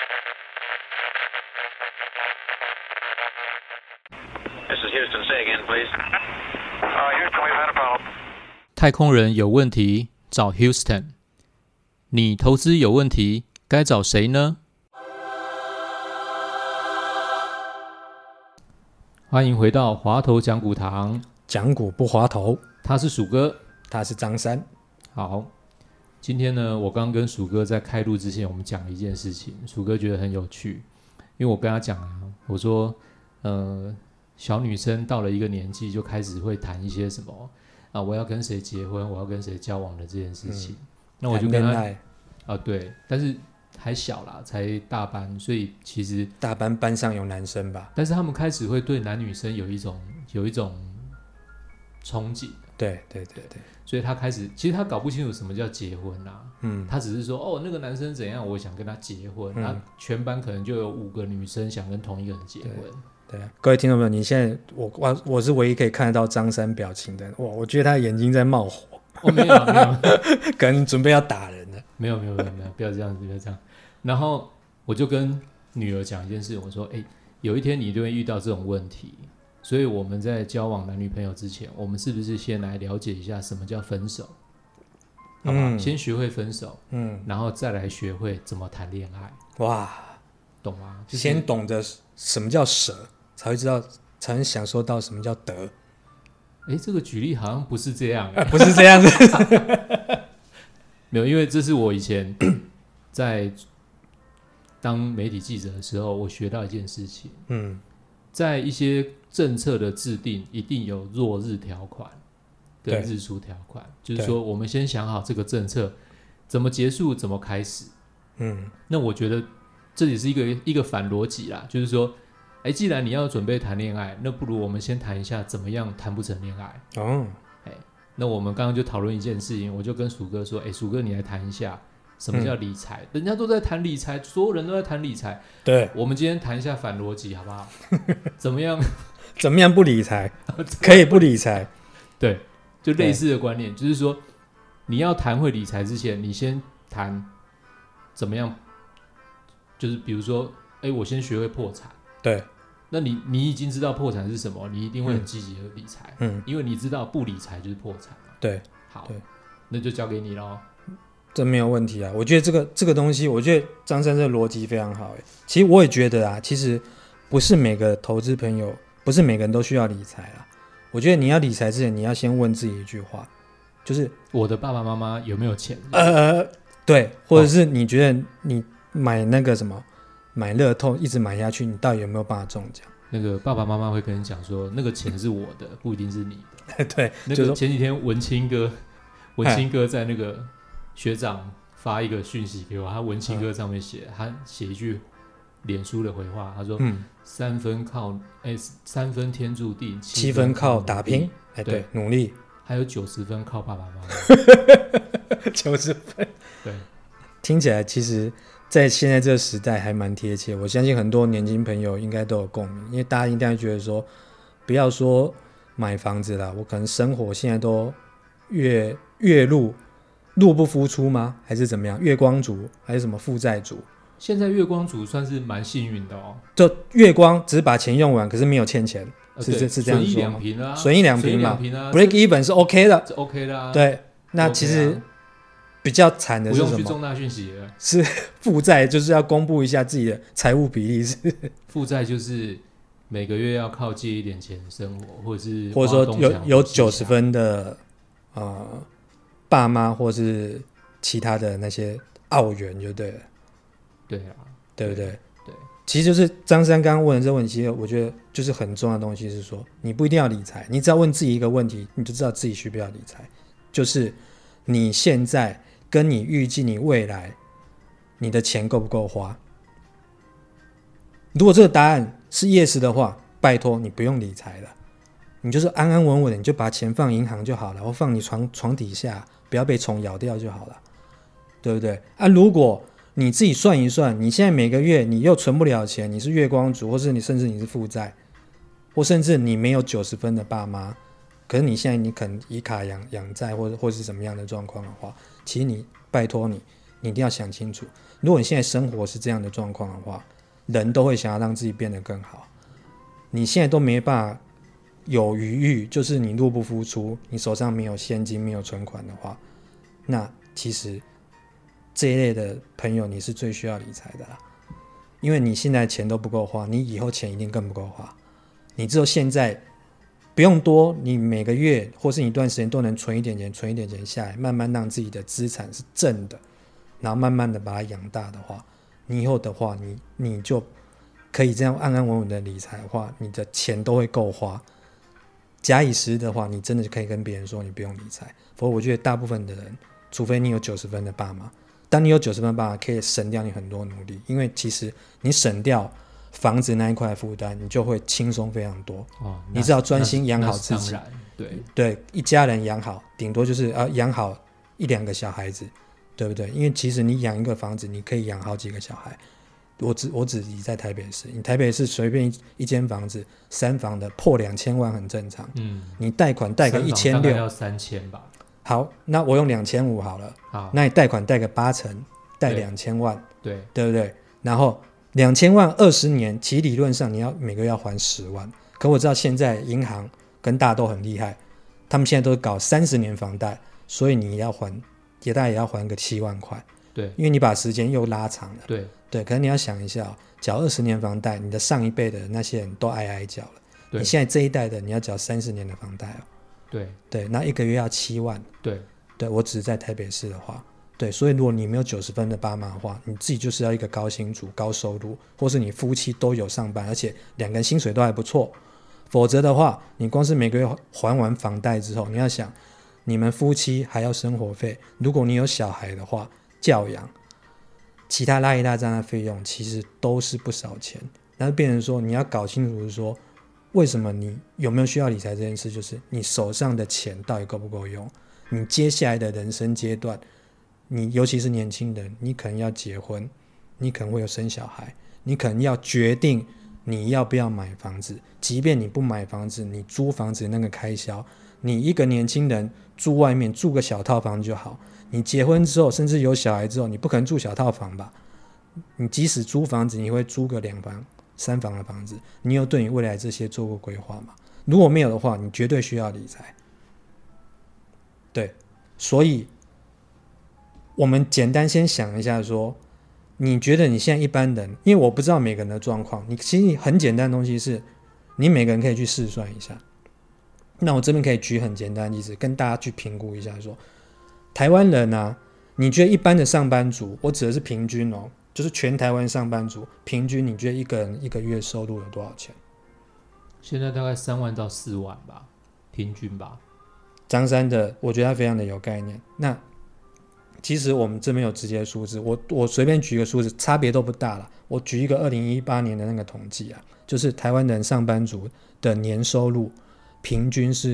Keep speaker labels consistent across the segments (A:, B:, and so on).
A: This is Houston. Say again, please. Houston, we've had a problem.
B: 太空人有问题找 Houston， 你投资有问题该找谁呢？欢迎回到滑头讲股堂，
C: 讲股不滑头，
B: 他是鼠哥，
C: 他是张三。
B: 好，今天呢，我刚跟鼠哥在开录之前，我们讲了一件事情，鼠哥觉得很有趣，因为我跟他讲啊，我说，小女生到了一个年纪就开始会谈一些什么啊，我要跟谁结婚，我要跟谁交往的这件事情。那我就跟他对，但是还小啦，才大班，所以其实
C: 大班班上有男生吧？
B: 但是他们开始会对男女生有一种憧憬。
C: 对，
B: 所以他开始，其实他搞不清楚什么叫结婚啊。他只是说哦，那个男生怎样，我想跟他结婚。那全班可能就有5个女生想跟同一个人结婚。
C: 对啊，各位听众朋友，你现在我是唯一可以看得到张三表情的。哇，我觉得他眼睛在冒火。
B: 哦，没有，
C: 可能准备要打人了。
B: 没有，不要这样子，不要这样。然后我就跟女儿讲一件事，我说，有一天你就会遇到这种问题，所以我们在交往男女朋友之前，我们是不是先来了解一下什么叫分手？好吧，先学会分手，然后再来学会怎么谈恋爱。
C: 哇，
B: 懂吗？就是、
C: 先懂得什么叫舍，才会知道，才能享受到什么叫得。
B: 这个举例好像不是这样。
C: 不是这样子。
B: 没有，因为这是我以前在当媒体记者的时候，我学到一件事情。在一些政策的制定，一定有落日条款跟日出条款，就是说我们先想好这个政策怎么结束，怎么开始。那我觉得这也是一个反逻辑啦，就是说，既然你要准备谈恋爱，那不如我们先谈一下怎么样谈不成恋爱。那我们刚刚就讨论一件事情，我就跟鼠哥说，鼠哥你来谈一下什么叫理财。人家都在谈理财，所有人都在谈理财，
C: 对，
B: 我们今天谈一下反逻辑好不好？怎么样
C: 不理财？可以不理财。
B: 对，就类似的观念，就是说你要谈会理财之前，你先谈怎么样，就是比如说我先学会破产。对，那你已经知道破产是什么，你一定会很积极的理财。因为你知道不理财就是破产嘛。
C: 对，
B: 好，那就交给你咯。
C: 这没有问题啊，我觉得这个东西，我觉得张三这个逻辑非常好。其实我也觉得啊，其实不是每个投资朋友，不是每个人都需要理财啊。我觉得你要理财之前，你要先问自己一句话，就是
B: 我的爸爸妈妈有没有钱？
C: 对，或者是你觉得你买那个什么，买乐透一直买下去，你到底有没有办法中奖？
B: 那个爸爸妈妈会跟你讲说，那个钱是我的，不一定是你的。
C: 对，
B: 那个前几天文青哥在那个学长发一个讯息给我，他文青哥上面他写一句脸书的回话，他说3分天注定，7分
C: 靠打拼，对，努力，
B: 还有90分靠爸爸妈妈。
C: 90分，
B: 对，
C: 听起来其实在现在这个时代还蛮贴切，我相信很多年轻朋友应该都有共鸣，因为大家一定会觉得说，不要说买房子啦，我可能生活现在都月入不敷出吗？还是怎么样？月光族还是什么负债族？
B: 现在月光族算是蛮幸运的哦。
C: 就月光只是把钱用完，可是没有欠钱，是这样说吗？损益两平嘛，break even 是 OK 的，
B: 是 OK 的啊。
C: 对，那其实比较惨的是什么？
B: 不用去重大讯息了，
C: 是负债，就是要公布一下自己的财务比例是。
B: 负债就是每个月要靠借一点钱生活，或者
C: 说有90分的爸妈或是其他的那些澳元就对了。
B: 对啊，
C: 对不对？
B: 对，
C: 其实就是张三刚刚问的这个问题，其实我觉得就是很重要的东西是说，你不一定要理财，你只要问自己一个问题，你就知道自己需不需要理财，就是你现在跟你预计你未来你的钱够不够花。如果这个答案是 yes 的话，拜托你不用理财了，你就是安安稳稳的，你就把钱放银行就好了，或放你床底下，不要被虫咬掉就好了，对不对啊？如果你自己算一算，你现在每个月你又存不了钱，你是月光族，或是甚至你是负债，或甚至你没有90分的爸妈，可是你现在你可能以卡养债或是什么样的状况的话，其实你拜托你一定要想清楚。如果你现在生活是这样的状况的话，人都会想要让自己变得更好。你现在都没办法有余裕，就是你入不敷出，你手上没有现金没有存款的话，那其实这一类的朋友你是最需要理财的啦。因为你现在钱都不够花，你以后钱一定更不够花。你只有现在不用多，你每个月或是你一段时间都能存一点钱下来，慢慢让自己的资产是正的，然后慢慢的把它养大的话，你以后的话你就可以这样安安稳稳的理财的话，你的钱都会够花。假以时日的话，你真的可以跟别人说你不用理财。否则我觉得大部分的人，除非你有90分的爸妈，当你有90分的爸妈，可以省掉你很多努力。因为其实你省掉房子那一块负担，你就会轻松非常多。你只要专心养好自己，对，一家人养好，顶多就是养好1-2个小孩子，对不对？因为其实你养一个房子，你可以养好几个小孩。我只以在台北市，你台北市随便一间房子3房的破2000万很正常。你贷款贷个1600，大概
B: 要3000吧。
C: 好，那我用2500好了。好，那你贷款贷个8成，贷2000万，对不对？然后2000万20年，其实理论上你要每个月要还10万。可我知道现在银行跟大家都很厉害，他们现在都搞30年房贷，所以你要还大概也要还个7万块。对，因为你把时间又拉长了。对，可是你要想一下缴20年房贷，你的上一辈的那些人都挨缴了，你现在这一代的你要缴30年的房贷对，那一个月要7万。对，我只是在台北市的话，对，所以如果你没有90分的爸妈的话，你自己就是要一个高薪族、高收入，或是你夫妻都有上班，而且2个人薪水都还不错。否则的话，你光是每个月还完房贷之后，你要想你们夫妻还要生活费，如果你有小孩的话，教养其他拉一大张的费用其实都是不少钱。那就变成说你要搞清楚是说为什么你有没有需要理财这件事，就是你手上的钱到底够不够用。你接下来的人生阶段，你尤其是年轻人，你可能要结婚，你可能会有生小孩，你可能要决定你要不要买房子。即便你不买房子，你租房子那个开销，你一个年轻人住外面住个小套房就好。你结婚之后甚至有小孩之后，你不可能住小套房吧？你即使租房子，你会租个2房3房的房子，你有对你未来这些做过规划吗？如果没有的话，你绝对需要理财。对，所以我们简单先想一下说，你觉得你现在一般人，因为我不知道每个人的状况，你其实很简单的东西是你每个人可以去试算一下。那我这边可以举很简单的例子跟大家去评估一下说，台湾人啊，你觉得一般的上班族，我指的是平均就是全台湾上班族平均，你觉得一个人一个月收入有多少钱？
B: 现在大概3万到4万吧，平均吧。
C: 张三的，我觉得他非常的有概念。那其实我们这边有直接的数字，我随便举一个数字，差别都不大了。我举一个2018年的那个统计啊，就是台湾人上班族的年收入平均是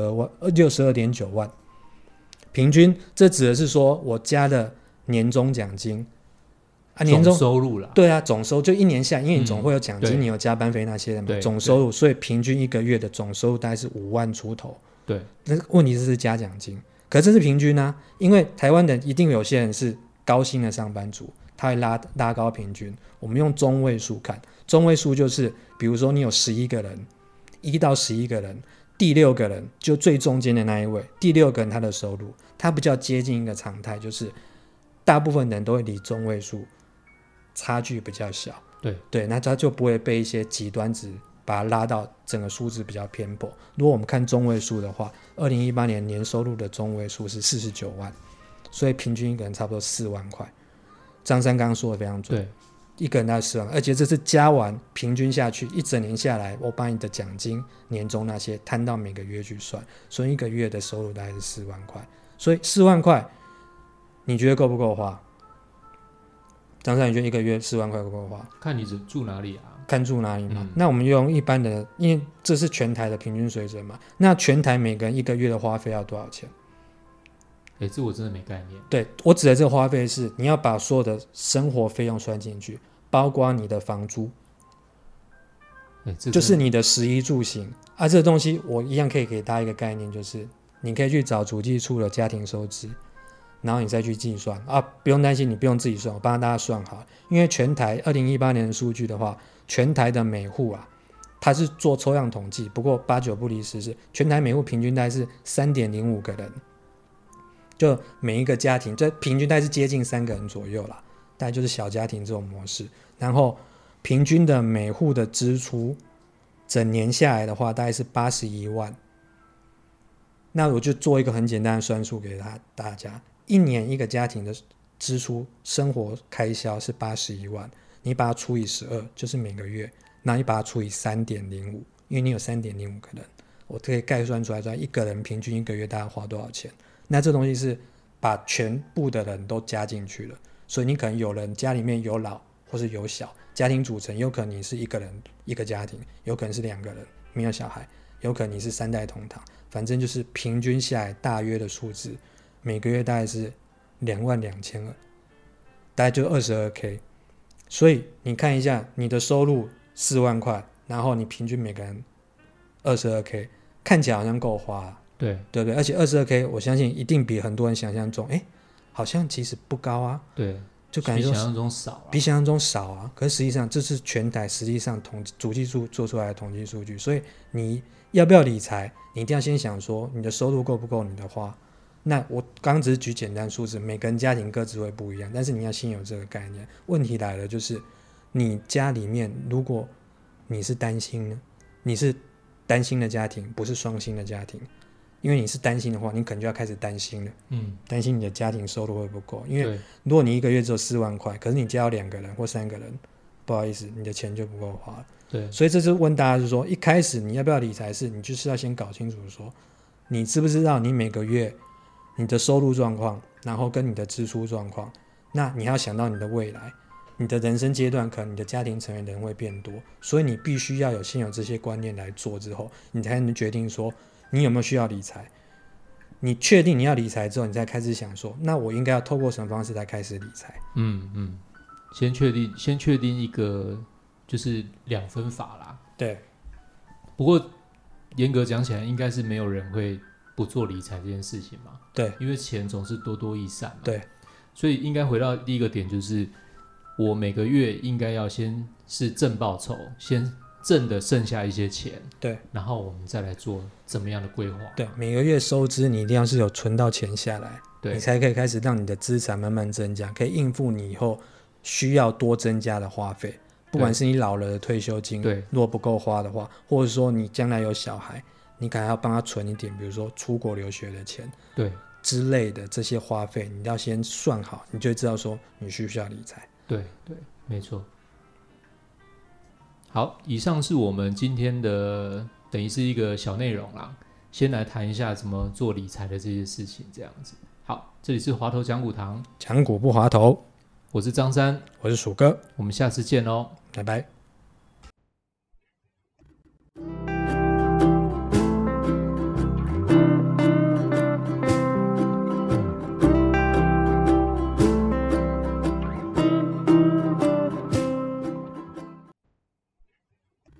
C: 62.9万。平均，这指的是说我加的年终奖金年终
B: 总收入啦。
C: 对啊，总收就一年下，因为你总会有奖金，你有加班费那些的嘛，总收入，所以平均一个月的总收入大概是5万出头。
B: 对，
C: 那问题是加奖金，可是这是平均啊，因为台湾人一定有些人是高薪的上班族，他会拉高平均。我们用中位数看，中位数就是比如说你有11个人，1到11个人，第6个人就最中间的那一位，第6个人他的收入，他比较接近一个常态，就是大部分人都会离中位数差距比较小。对，那他就不会被一些极端值把它拉到整个数字比较偏颇。如果我们看中位数的话，2018年年收入的中位数是49万，所以平均一个人差不多4万块。张三刚刚说的非常准，对，一个人大概4万，而且这是加完平均下去一整年下来，我把你的奖金、年终那些摊到每个月去算，所以一个月的收入大概是4万块。所以4万块，你觉得够不够花？张三，你觉得一个月4万块够不够花？
B: 看你住哪里啊？
C: 看住哪里嘛。那我们用一般的，因为这是全台的平均水准嘛。那全台每个人一个月的花费要多少钱？
B: 这我真的没概念。
C: 对，我指的这个花费是你要把所有的生活费用算进去，包括你的房租，就是你的食衣住行啊。这个东西我一样可以给大家一个概念，就是你可以去找主计处的家庭收支， 然后你再去计算啊，不用担心，你不用自己算，我帮大家算好。因为全台2018年的数据的话，全台的每户啊，它是做抽样统计，不过8、9不离10，是全台每户平均大概是 3.05 个人，就每一个家庭，这平均大概是接近3个人左右啦，大概就是小家庭这种模式。然后平均的每户的支出，整年下来的话，大概是81万。那我就做一个很简单的算术给大家，一年一个家庭的支出生活开销是81万，你把它除以12，就是每个月，那你把它除以 3.05， 因为你有 3.05 个人，我可以概算出来说一个人平均一个月大概花多少钱。那这东西是把全部的人都加进去了，所以你可能有人家里面有老或是有小，家庭组成有可能你是一个人一个家庭，有可能是2个人没有小孩，有可能你是3代同堂，反正就是平均下来大约的数字，每个月大概是22000，大概就 22K。 所以你看一下，你的收入4万块，然后你平均每个人 22K， 看起来好像够花啊，对不对？而且 22K 我相信一定比很多人想象中好像其实不高啊，
B: 对，
C: 就感觉
B: 比想象中少
C: 比想象中少啊。可是实际上这是全台实际上主计处做出来的统计数据，所以你要不要理财，你一定要先想说你的收入够不够你的花。那我刚刚只是举简单数字，每个人家庭各自会不一样，但是你要先有这个概念。问题来了，就是你家里面如果你是单薪呢，你是单薪的家庭，不是双薪的家庭，因为你是单薪的话，你可能就要开始担心了，担心你的家庭收入会不够。因为如果你一个月只有4万块，可是你家有2个人或3个人，不好意思，你的钱就不够花了。
B: 对，
C: 所以这次问大家是说，一开始你要不要理财你就是要先搞清楚说，你知不知道你每个月你的收入状况，然后跟你的支出状况，那你要想到你的未来，你的人生阶段可能你的家庭成员人会变多，所以你必须要先有这些观念来做之后，你才能决定说你有没有需要理财。你确定你要理财之后，你再开始想说，那我应该要透过什么方式来开始理财。
B: 先确定一个就是2分法啦。
C: 对，
B: 不过严格讲起来，应该是没有人会不做理财这件事情嘛。
C: 对，
B: 因为钱总是多多益善嘛。
C: 对，
B: 所以应该回到第一个点，就是我每个月应该要先是正报酬，先挣的剩下一些钱，
C: 对，
B: 然后我们再来做怎么样的规划。
C: 对，每个月收支你一定要是有存到钱下来，
B: 对，
C: 你才可以开始让你的资产慢慢增加，可以应付你以后需要多增加的花费。不管是你老了的退休金，对，如果不够花的话，或者说你将来有小孩，你可能要帮他存一点，比如说出国留学的钱，对之类的这些花费，你要先算好，你就会知道说你需不需要理财。
B: 对对，没错。好，以上是我们今天的等于是一个小内容啦，先来谈一下怎么做理财的这些事情，这样子。好，这里是滑头讲股堂，
C: 讲股不滑头，
B: 我是张三，
C: 我是鼠哥，
B: 我们下次见喽，
C: 拜拜。